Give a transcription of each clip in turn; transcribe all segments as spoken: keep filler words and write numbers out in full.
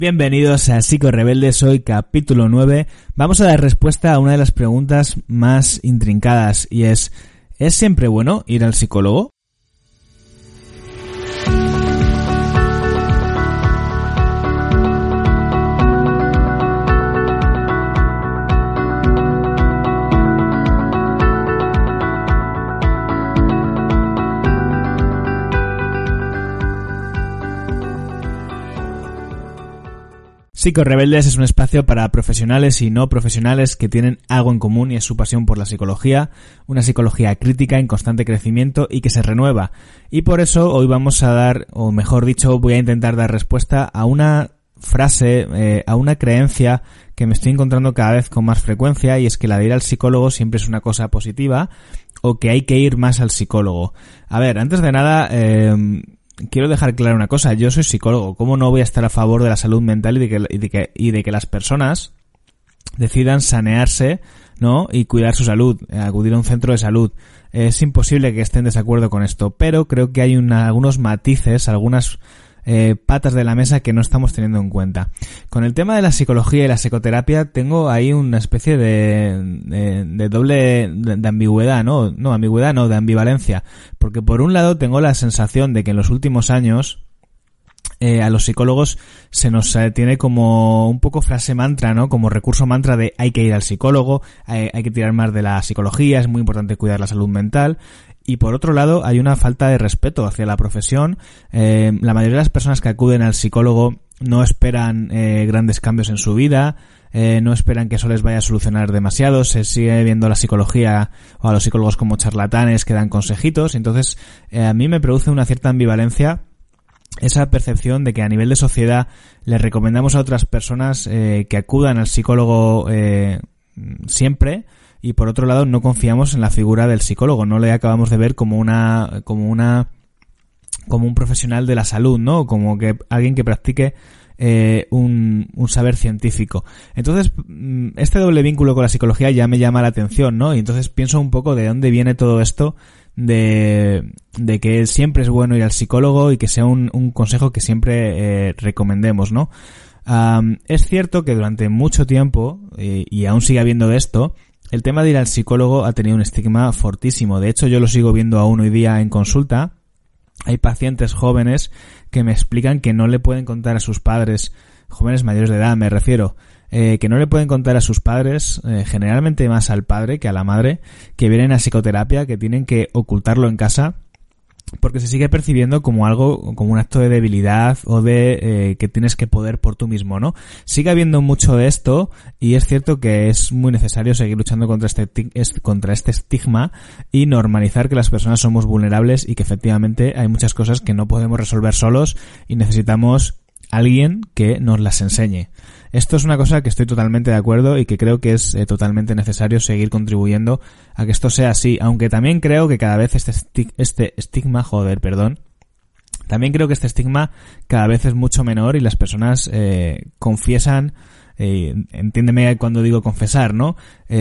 Bienvenidos a Psicorebeldes, hoy capítulo nueve. Vamos a dar respuesta a una de las preguntas más intrincadas y es ¿es siempre bueno ir al psicólogo? Psicorebeldes es un espacio para profesionales y no profesionales que tienen algo en común y es su pasión por la psicología, una psicología crítica en constante crecimiento y que se renueva. Y por eso hoy vamos a dar, o mejor dicho, voy a intentar dar respuesta a una frase, eh, a una creencia que me estoy encontrando cada vez con más frecuencia, y es que la de ir al psicólogo siempre es una cosa positiva o que hay que ir más al psicólogo. A ver, antes de nada... Eh, Quiero dejar claro una cosa, yo soy psicólogo, ¿cómo no voy a estar a favor de la salud mental y de que, y de que, y de que las personas decidan sanearse, ¿no? Y cuidar su salud, acudir a un centro de salud? Es imposible que esté en desacuerdo con esto, pero creo que hay una, algunos matices, algunas eh, patas de la mesa que no estamos teniendo en cuenta. Con el tema de la psicología y la psicoterapia tengo ahí una especie de, de, de doble, de, de ambigüedad, ¿no? No, ambigüedad no, de ambivalencia. Porque por un lado tengo la sensación de que en los últimos años eh, a los psicólogos se nos eh, tiene como un poco frase mantra, ¿no? Como recurso mantra de hay que ir al psicólogo, hay, hay que tirar más de la psicología, es muy importante cuidar la salud mental. Y por otro lado hay una falta de respeto hacia la profesión. Eh, la mayoría de las personas que acuden al psicólogo no esperan eh, grandes cambios en su vida, eh, no esperan que eso les vaya a solucionar demasiado, se sigue viendo la psicología o a los psicólogos como charlatanes que dan consejitos. Entonces eh, a mí me produce una cierta ambivalencia esa percepción de que a nivel de sociedad les recomendamos a otras personas eh, que acudan al psicólogo eh, siempre, y por otro lado no confiamos en la figura del psicólogo, no le acabamos de ver como una como una como un profesional de la salud, ¿no? Como que alguien que practique eh, un, un saber científico. Entonces, este doble vínculo con la psicología ya me llama la atención, ¿no? Y entonces pienso un poco de dónde viene todo esto de, de que siempre es bueno ir al psicólogo y que sea un, un consejo que siempre eh, recomendemos, ¿no? Um, es cierto que durante mucho tiempo, eh, y aún sigue habiendo de esto, el tema de ir al psicólogo ha tenido un estigma fortísimo. De hecho, yo lo sigo viendo aún hoy día en consulta. Hay pacientes jóvenes que me explican que no le pueden contar a sus padres, jóvenes mayores de edad me refiero, eh, que no le pueden contar a sus padres, eh, generalmente más al padre que a la madre, que vienen a psicoterapia, que tienen que ocultarlo en casa, porque se sigue percibiendo como algo, como un acto de debilidad o de eh, que tienes que poder por tú mismo, ¿no? Sigue habiendo mucho de esto y es cierto que es muy necesario seguir luchando contra este contra este estigma y normalizar que las personas somos vulnerables y que efectivamente hay muchas cosas que no podemos resolver solos y necesitamos alguien que nos las enseñe. Esto es una cosa que estoy totalmente de acuerdo y que creo que es eh, totalmente necesario seguir contribuyendo a que esto sea así, aunque también creo que cada vez este, esti- este estigma, joder, perdón, también creo que este estigma cada vez es mucho menor y las personas eh, confiesan, eh, entiéndeme cuando digo confesar, ¿no?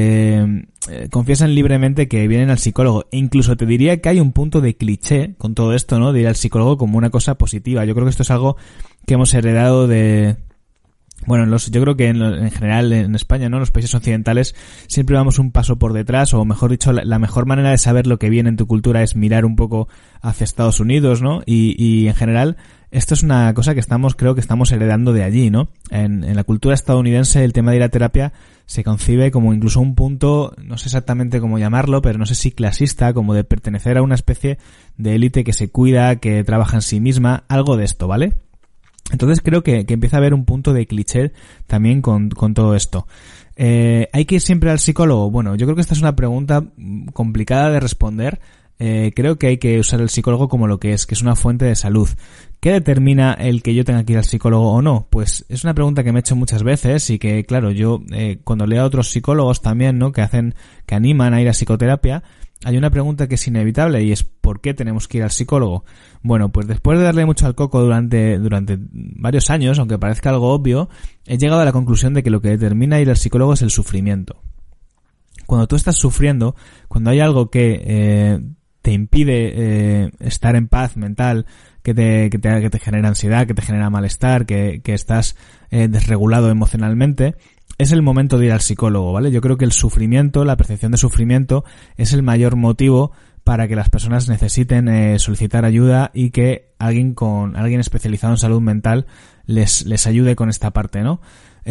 Eh, eh, confiesan libremente que vienen al psicólogo, e incluso te diría que hay un punto de cliché con todo esto, ¿no? De ir al psicólogo como una cosa positiva. Yo creo que esto es algo que hemos heredado de... Bueno, en los, yo creo que en, lo, en general en España, ¿no? En los países occidentales siempre vamos un paso por detrás, o mejor dicho, la, la mejor manera de saber lo que viene en tu cultura es mirar un poco hacia Estados Unidos, ¿no? Y, y en general esto es una cosa que estamos, creo que estamos heredando de allí, ¿no? En, en la cultura estadounidense el tema de ir a terapia se concibe como incluso un punto, no sé exactamente cómo llamarlo, pero no sé si clasista, como de pertenecer a una especie de élite que se cuida, que trabaja en sí misma, algo de esto, ¿vale? Entonces creo que, que empieza a haber un punto de cliché también con, con todo esto. Eh, ¿Hay que ir siempre al psicólogo? Bueno, yo creo que esta es una pregunta complicada de responder. Eh, creo que hay que usar el psicólogo como lo que es, que es una fuente de salud. ¿Qué determina el que yo tenga que ir al psicólogo o no? Pues es una pregunta que me he hecho muchas veces y que, claro, yo eh, cuando leo a otros psicólogos también, ¿no? Que hacen, que animan a ir a psicoterapia, hay una pregunta que es inevitable y es ¿por qué tenemos que ir al psicólogo? Bueno, pues después de darle mucho al coco durante durante varios años, aunque parezca algo obvio, he llegado a la conclusión de que lo que determina ir al psicólogo es el sufrimiento. Cuando tú estás sufriendo, cuando hay algo que eh, te impide eh, estar en paz mental, que te, que te, que te genera ansiedad, que te genera malestar, que, que estás eh, desregulado emocionalmente, es el momento de ir al psicólogo, ¿vale? Yo creo que el sufrimiento, la percepción de sufrimiento, es el mayor motivo para que las personas necesiten eh, solicitar ayuda y que alguien con alguien especializado en salud mental les les ayude con esta parte, ¿no?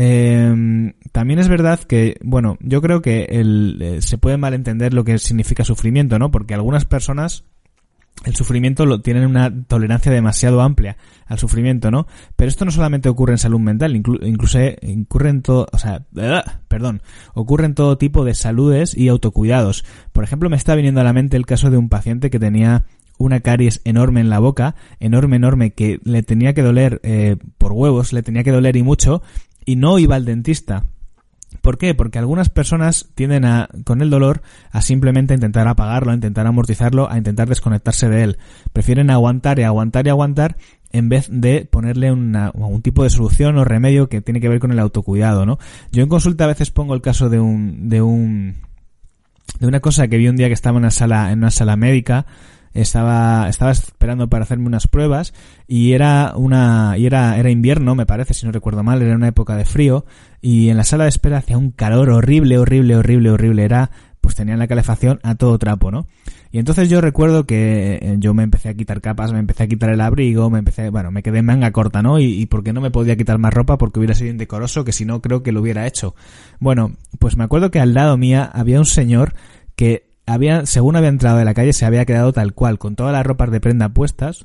Eh, también es verdad que, bueno, yo creo que el, eh, se puede malentender lo que significa sufrimiento, ¿no? Porque algunas personas el sufrimiento lo tienen una tolerancia demasiado amplia al sufrimiento, ¿no? Pero esto no solamente ocurre en salud mental, inclu- incluso ocurre en todo, o sea, ¡uh! perdón, ocurre en todo tipo de saludes y autocuidados. Por ejemplo, me está viniendo a la mente el caso de un paciente que tenía una caries enorme en la boca, enorme, enorme, que le tenía que doler eh, por huevos, le tenía que doler y mucho, y no iba al dentista. ¿Por qué? Porque algunas personas tienden a, con el dolor, a simplemente intentar apagarlo, a intentar amortizarlo, a intentar desconectarse de él. Prefieren aguantar y aguantar y aguantar en vez de ponerle una, un tipo de solución o remedio que tiene que ver con el autocuidado, ¿no? Yo en consulta a veces pongo el caso de un, de un, de una cosa que vi un día que estaba en una sala, en una sala médica. Estaba, estaba esperando para hacerme unas pruebas y era una, y era, era invierno, me parece, si no recuerdo mal, era una época de frío y en la sala de espera hacía un calor horrible, horrible, horrible, horrible, era, pues tenían la calefacción a todo trapo, ¿no? Y entonces yo recuerdo que yo me empecé a quitar capas, me empecé a quitar el abrigo, me empecé, bueno, me quedé en manga corta, ¿no? Y, y porque no me podía quitar más ropa porque hubiera sido indecoroso, que si no creo que lo hubiera hecho. Bueno, pues me acuerdo que al lado mía había un señor que había, según había entrado de la calle, se había quedado tal cual, con todas las ropas de prenda puestas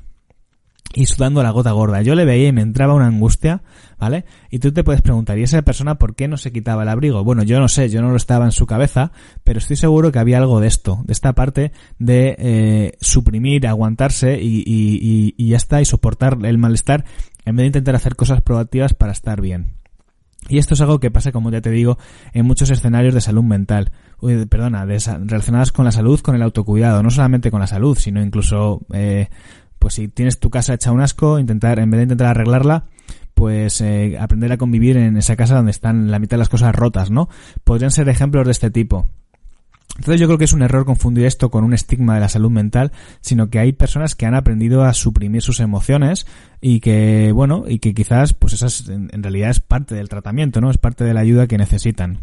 y sudando la gota gorda. Yo le veía y me entraba una angustia, ¿vale? Y tú te puedes preguntar, ¿y esa persona por qué no se quitaba el abrigo? Bueno, yo no sé, yo no lo estaba en su cabeza, pero estoy seguro que había algo de esto, de esta parte de eh, suprimir, aguantarse y, y, y, y ya está, y soportar el malestar en vez de intentar hacer cosas proactivas para estar bien. Y esto es algo que pasa, como ya te digo, en muchos escenarios de salud mental, uy, perdona, de, relacionadas con la salud, con el autocuidado, no solamente con la salud, sino incluso, eh, pues si tienes tu casa hecha un asco, intentar, en vez de intentar arreglarla, pues eh, aprender a convivir en esa casa donde están la mitad de las cosas rotas, ¿no? Podrían ser ejemplos de este tipo. Entonces yo creo que es un error confundir esto con un estigma de la salud mental, sino que hay personas que han aprendido a suprimir sus emociones y que, bueno, y que quizás, pues esas en, en realidad es parte del tratamiento, ¿no? Es parte de la ayuda que necesitan.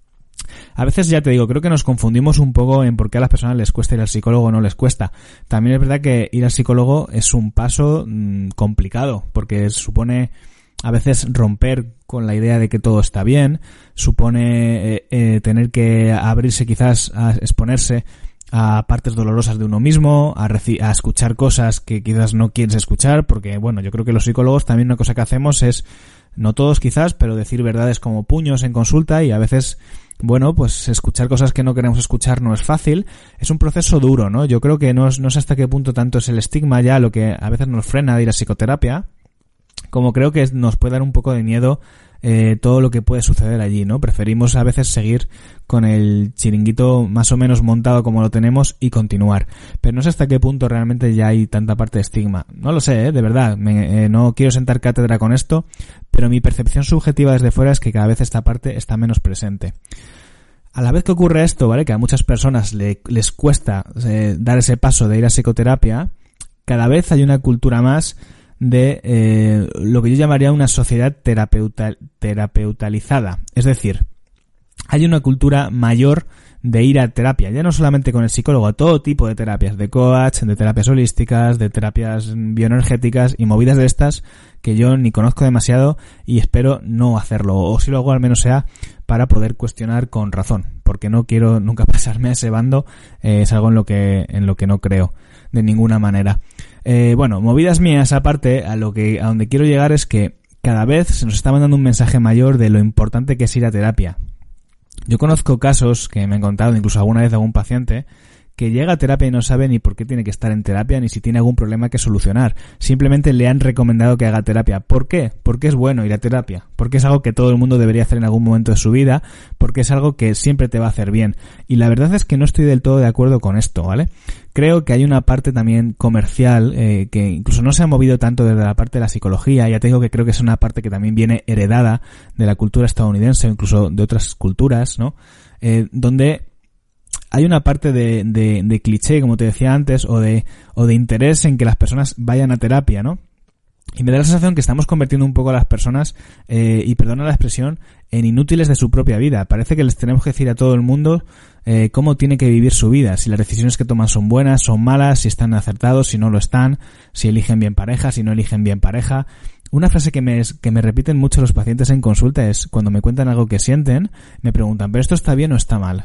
A veces, ya te digo, creo que nos confundimos un poco en por qué a las personas les cuesta ir al psicólogo o no les cuesta. También es verdad que ir al psicólogo es un paso mmm, complicado, porque supone a veces romper con la idea de que todo está bien, supone eh, eh, tener que abrirse quizás a exponerse a partes dolorosas de uno mismo, a, reci- a escuchar cosas que quizás no quieres escuchar, porque bueno, yo creo que los psicólogos también una cosa que hacemos es, no todos quizás, pero decir verdades como puños en consulta y a veces, bueno, pues escuchar cosas que no queremos escuchar no es fácil, es un proceso duro, ¿no? Yo creo que no es, no sé hasta qué punto tanto es el estigma ya lo que a veces nos frena de ir a psicoterapia, como creo que nos puede dar un poco de miedo eh, todo lo que puede suceder allí, ¿no? Preferimos a veces seguir con el chiringuito más o menos montado como lo tenemos y continuar. Pero no sé hasta qué punto realmente ya hay tanta parte de estigma. No lo sé, ¿eh? De verdad, me, eh, no quiero sentar cátedra con esto, pero mi percepción subjetiva desde fuera es que cada vez esta parte está menos presente. A la vez que ocurre esto, ¿vale? Que a muchas personas le, les cuesta eh, dar ese paso de ir a psicoterapia, cada vez hay una cultura más de eh, lo que yo llamaría una sociedad terapeuta, terapeutalizada. Es decir, hay una cultura mayor de ir a terapia, ya no solamente con el psicólogo, a todo tipo de terapias, de coach, de terapias holísticas, de terapias bioenergéticas y movidas de estas que yo ni conozco demasiado y espero no hacerlo, o si lo hago al menos sea para poder cuestionar con razón, porque no quiero nunca pasarme a ese bando, eh, es algo en lo que en lo que no creo de ninguna manera. Eh, bueno, movidas mías aparte, a lo que a donde quiero llegar es que cada vez se nos está mandando un mensaje mayor de lo importante que es ir a terapia. Yo conozco casos que me han contado, incluso alguna vez de algún paciente, que llega a terapia y no sabe ni por qué tiene que estar en terapia ni si tiene algún problema que solucionar. Simplemente le han recomendado que haga terapia. ¿Por qué? Porque es bueno ir a terapia. Porque es algo que todo el mundo debería hacer en algún momento de su vida. Porque es algo que siempre te va a hacer bien. Y la verdad es que no estoy del todo de acuerdo con esto, ¿vale? Creo que hay una parte también comercial eh, que incluso no se ha movido tanto desde la parte de la psicología. Ya te digo que creo que es una parte que también viene heredada de la cultura estadounidense o incluso de otras culturas, ¿no? Eh, donde hay una parte de, de, de cliché, como te decía antes, o de, o de interés en que las personas vayan a terapia, ¿no? Y me da la sensación que estamos convirtiendo un poco a las personas, eh, y perdona la expresión, en inútiles de su propia vida. Parece que les tenemos que decir a todo el mundo eh, cómo tiene que vivir su vida, si las decisiones que toman son buenas, son malas, si están acertados, si no lo están, si eligen bien pareja, si no eligen bien pareja. Una frase que me, que me repiten mucho los pacientes en consulta es, cuando me cuentan algo que sienten, me preguntan, ¿pero esto está bien o está mal?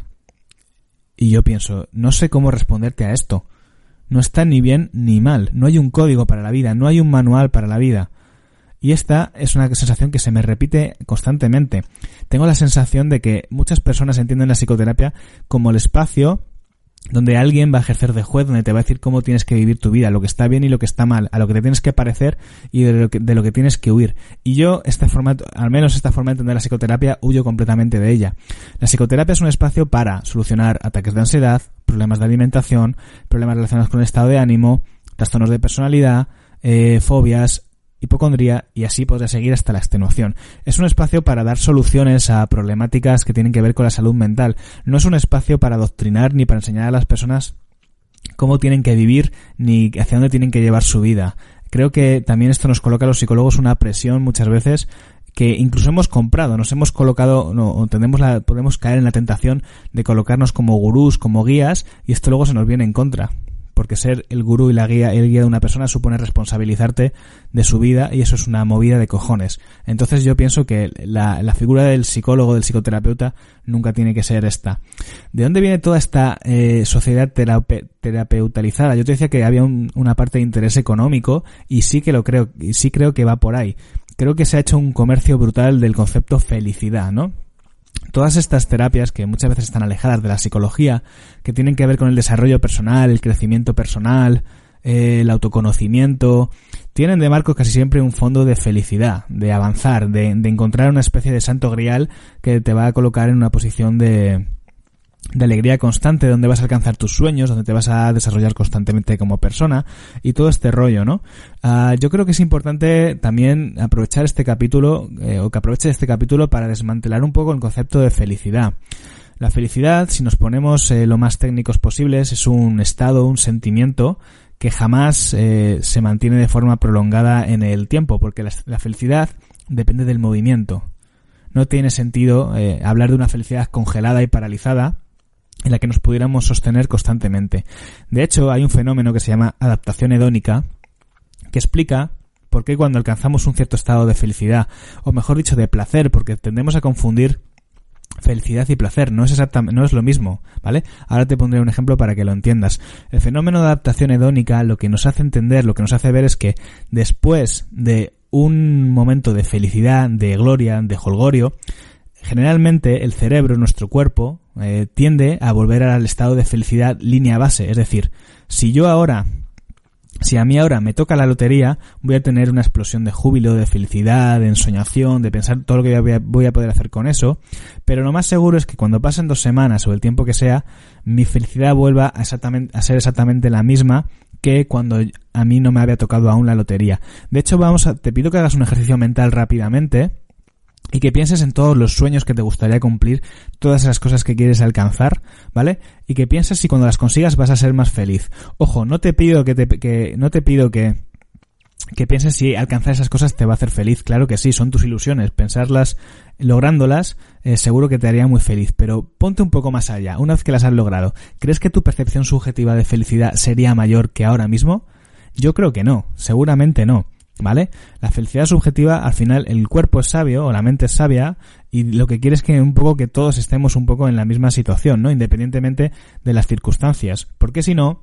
Y yo pienso, no sé cómo responderte a esto. No está ni bien ni mal. No hay un código para la vida, no hay un manual para la vida. Y esta es una sensación que se me repite constantemente. Tengo la sensación de que muchas personas entienden la psicoterapia como el espacio donde alguien va a ejercer de juez, donde te va a decir cómo tienes que vivir tu vida, lo que está bien y lo que está mal, a lo que te tienes que parecer y de lo que, de lo que tienes que huir. Y yo, esta forma, al menos esta forma de entender la psicoterapia, huyo completamente de ella. La psicoterapia es un espacio para solucionar ataques de ansiedad, problemas de alimentación, problemas relacionados con el estado de ánimo, trastornos de personalidad, eh, fobias, hipocondría, y así podría seguir hasta la extenuación. Es un espacio para dar soluciones a problemáticas que tienen que ver con la salud mental. No es un espacio para adoctrinar ni para enseñar a las personas cómo tienen que vivir ni hacia dónde tienen que llevar su vida. Creo que también esto nos coloca a los psicólogos una presión muchas veces que incluso hemos comprado, nos hemos colocado, no, o tenemos la, podemos caer en la tentación de colocarnos como gurús, como guías, y esto luego se nos viene en contra. Porque ser el gurú y la guía, el guía de una persona supone responsabilizarte de su vida, y eso es una movida de cojones. Entonces yo pienso que la, la figura del psicólogo, del psicoterapeuta, nunca tiene que ser esta. ¿De dónde viene toda esta eh, sociedad terape, terapeutalizada? Yo te decía que había un, una parte de interés económico, y sí que lo creo, y sí creo que va por ahí. Creo que se ha hecho un comercio brutal del concepto felicidad, ¿no? Todas estas terapias, que muchas veces están alejadas de la psicología, que tienen que ver con el desarrollo personal, el crecimiento personal, eh, el autoconocimiento, tienen de marco casi siempre un fondo de felicidad, de avanzar, de, de encontrar una especie de santo grial que te va a colocar en una posición de, de alegría constante, donde vas a alcanzar tus sueños, donde te vas a desarrollar constantemente como persona, y todo este rollo, ¿no? Uh, yo creo que es importante también aprovechar este capítulo, eh, o que aproveche este capítulo para desmantelar un poco el concepto de felicidad. La felicidad, si nos ponemos eh, lo más técnicos posibles, es un estado, un sentimiento que jamás eh, se mantiene de forma prolongada en el tiempo, porque la, la felicidad depende del movimiento. No tiene sentido eh, hablar de una felicidad congelada y paralizada, en la que nos pudiéramos sostener constantemente. De hecho, hay un fenómeno que se llama adaptación hedónica, que explica por qué cuando alcanzamos un cierto estado de felicidad, o mejor dicho, de placer, porque tendemos a confundir felicidad y placer, no es exactamente, no es lo mismo, ¿vale? Ahora te pondré un ejemplo para que lo entiendas. El fenómeno de adaptación hedónica lo que nos hace entender, lo que nos hace ver es que después de un momento de felicidad, de gloria, de jolgorio, generalmente el cerebro, nuestro cuerpo, eh, tiende a volver al estado de felicidad línea base. Es decir, si yo ahora, si a mí ahora me toca la lotería, voy a tener una explosión de júbilo, de felicidad, de ensoñación, de pensar todo lo que voy a, voy a poder hacer con eso, pero lo más seguro es que cuando pasen dos semanas o el tiempo que sea, mi felicidad vuelva a, exactamente, a ser exactamente la misma que cuando a mí no me había tocado aún la lotería. De hecho, vamos a, te pido que hagas un ejercicio mental rápidamente, y que pienses en todos los sueños que te gustaría cumplir, todas esas cosas que quieres alcanzar, ¿vale? Y que pienses si cuando las consigas vas a ser más feliz. Ojo, no te pido que te, que, no te pido que, que pienses si alcanzar esas cosas te va a hacer feliz. Claro que sí, son tus ilusiones. Pensarlas, lográndolas, eh, seguro que te haría muy feliz. Pero ponte un poco más allá. Una vez que las has logrado, ¿crees que tu percepción subjetiva de felicidad sería mayor que ahora mismo? Yo creo que no, seguramente no. ¿Vale? La felicidad subjetiva, al final, el cuerpo es sabio, o la mente es sabia, y lo que quiere es que un poco que todos estemos un poco en la misma situación, ¿no? Independientemente de las circunstancias. Porque si no,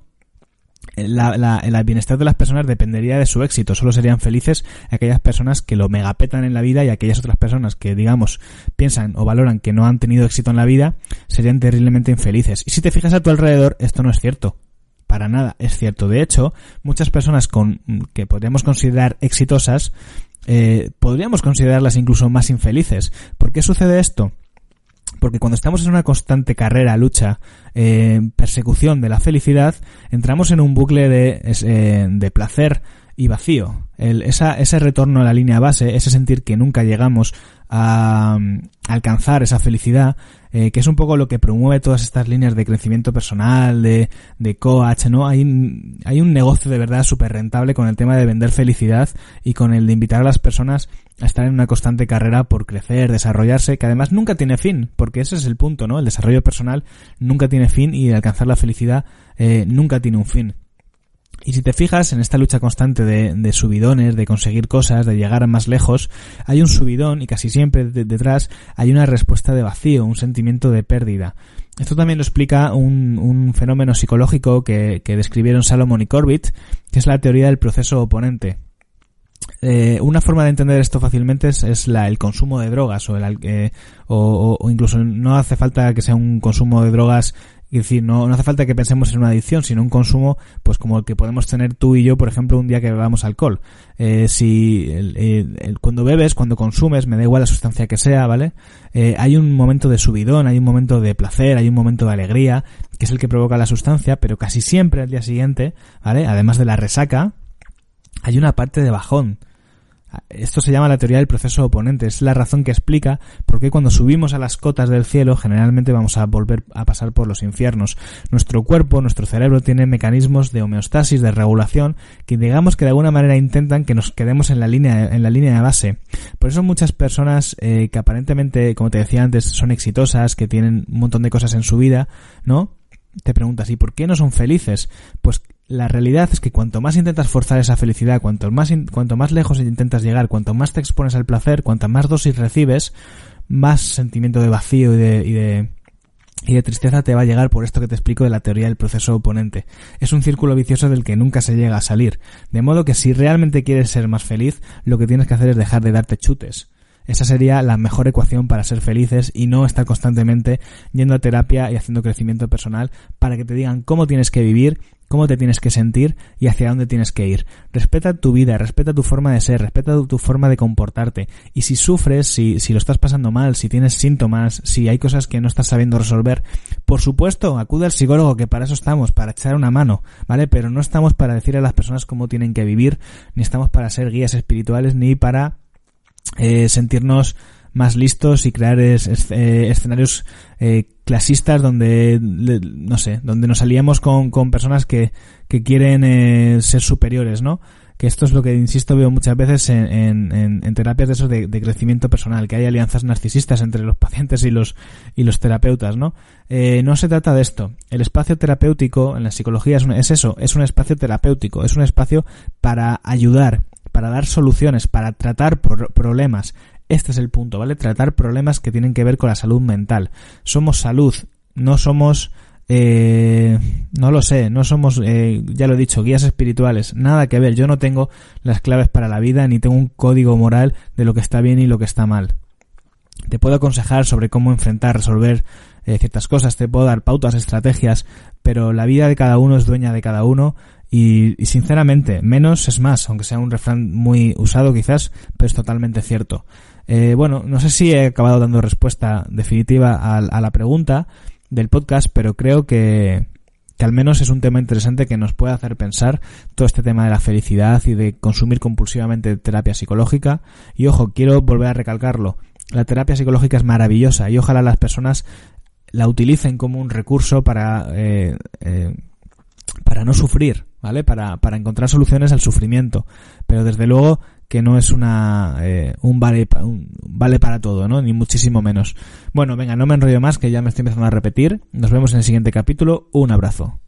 la, la, el bienestar de las personas dependería de su éxito. Solo serían felices aquellas personas que lo megapetan en la vida, y aquellas otras personas que, digamos, piensan o valoran que no han tenido éxito en la vida, serían terriblemente infelices. Y si te fijas a tu alrededor, esto no es cierto. Para nada es cierto. De hecho, muchas personas con que podríamos considerar exitosas, eh, podríamos considerarlas incluso más infelices. ¿Por qué sucede esto? Porque cuando estamos en una constante carrera, lucha, eh, persecución de la felicidad, entramos en un bucle de, eh, de placer y vacío. El, esa, ese retorno a la línea base, ese sentir que nunca llegamos a, a alcanzar esa felicidad, eh, que es un poco lo que promueve todas estas líneas de crecimiento personal, de, de coach, ¿no? Hay, hay un negocio de verdad súper rentable con el tema de vender felicidad y con el de invitar a las personas a estar en una constante carrera por crecer, desarrollarse, que además nunca tiene fin, porque ese es el punto, ¿no? El desarrollo personal nunca tiene fin y alcanzar la felicidad eh, nunca tiene un fin. Y si te fijas en esta lucha constante de, de subidones, de conseguir cosas, de llegar más lejos, hay un subidón y casi siempre de, detrás hay una respuesta de vacío, un sentimiento de pérdida. Esto también lo explica un, un fenómeno psicológico que, que describieron Salomon y Corbett, que es la teoría del proceso oponente. Eh, una forma de entender esto fácilmente es, es la, el consumo de drogas o, el, eh, o, o incluso no hace falta que sea un consumo de drogas. Es decir, no, no hace falta que pensemos en una adicción, sino un consumo, pues como el que podemos tener tú y yo, por ejemplo, un día que bebamos alcohol. Eh, si, el, el, el, cuando bebes, cuando consumes, me da igual la sustancia que sea, ¿vale? Eh, hay un momento de subidón, hay un momento de placer, hay un momento de alegría, que es el que provoca la sustancia, pero casi siempre al día siguiente, ¿vale? Además de la resaca, hay una parte de bajón. Esto se llama la teoría del proceso oponente. Es la razón que explica por qué cuando subimos a las cotas del cielo generalmente vamos a volver a pasar por los infiernos. Nuestro cuerpo, nuestro cerebro tiene mecanismos de homeostasis, de regulación, que digamos que de alguna manera intentan que nos quedemos en la línea, en la línea de base. Por eso muchas personas eh, que aparentemente, como te decía antes, son exitosas, que tienen un montón de cosas en su vida, ¿no? Te preguntas, ¿y por qué no son felices? Pues la realidad es que cuanto más intentas forzar esa felicidad, cuanto más in, cuanto más lejos intentas llegar, cuanto más te expones al placer, cuanto más dosis recibes, más sentimiento de vacío y de, y de y de tristeza te va a llegar por esto que te explico de la teoría del proceso oponente. Es un círculo vicioso del que nunca se llega a salir. De modo que si realmente quieres ser más feliz, lo que tienes que hacer es dejar de darte chutes. Esa sería la mejor ecuación para ser felices y no estar constantemente yendo a terapia y haciendo crecimiento personal para que te digan cómo tienes que vivir, cómo te tienes que sentir y hacia dónde tienes que ir. Respeta tu vida, respeta tu forma de ser, respeta tu, tu forma de comportarte. Y si sufres, si, si lo estás pasando mal, si tienes síntomas, si hay cosas que no estás sabiendo resolver, por supuesto, acude al psicólogo, que para eso estamos, para echar una mano, ¿vale? Pero no estamos para decir a las personas cómo tienen que vivir, ni estamos para ser guías espirituales, ni para Eh, sentirnos más listos y crear es, es, eh, escenarios eh, clasistas donde, le, no sé, donde nos aliamos con, con personas que, que quieren eh, ser superiores, ¿no? Que esto es lo que, insisto, veo muchas veces en, en, en, en terapias de esos de, de crecimiento personal, que hay alianzas narcisistas entre los pacientes y los, y los terapeutas, ¿no? Eh, no se trata de esto. El espacio terapéutico en la psicología es, un, es eso, es un espacio terapéutico, es un espacio para ayudar, para dar soluciones, para tratar por problemas. Este es el punto, ¿vale? Tratar problemas que tienen que ver con la salud mental. Somos salud, no somos, eh, no lo sé, no somos, eh, ya lo he dicho, guías espirituales. Nada que ver, yo no tengo las claves para la vida, ni tengo un código moral de lo que está bien y lo que está mal. Te puedo aconsejar sobre cómo enfrentar, resolver eh, ciertas cosas, te puedo dar pautas, estrategias, pero la vida de cada uno es dueña de cada uno. Y, y sinceramente, menos es más, aunque sea un refrán muy usado quizás, pero es totalmente cierto. Eh, bueno, no sé si he acabado dando respuesta definitiva a, a la pregunta del podcast, pero creo que, que al menos es un tema interesante que nos puede hacer pensar todo este tema de la felicidad y de consumir compulsivamente terapia psicológica. Y ojo, quiero volver a recalcarlo, la terapia psicológica es maravillosa y ojalá las personas la utilicen como un recurso para... Eh, eh, para no sufrir, ¿vale? Para, para encontrar soluciones al sufrimiento. Pero desde luego que no es una eh, un vale un vale para todo, ¿no? Ni muchísimo menos. Bueno, venga, no me enrollo más, que ya me estoy empezando a repetir. Nos vemos en el siguiente capítulo. Un abrazo.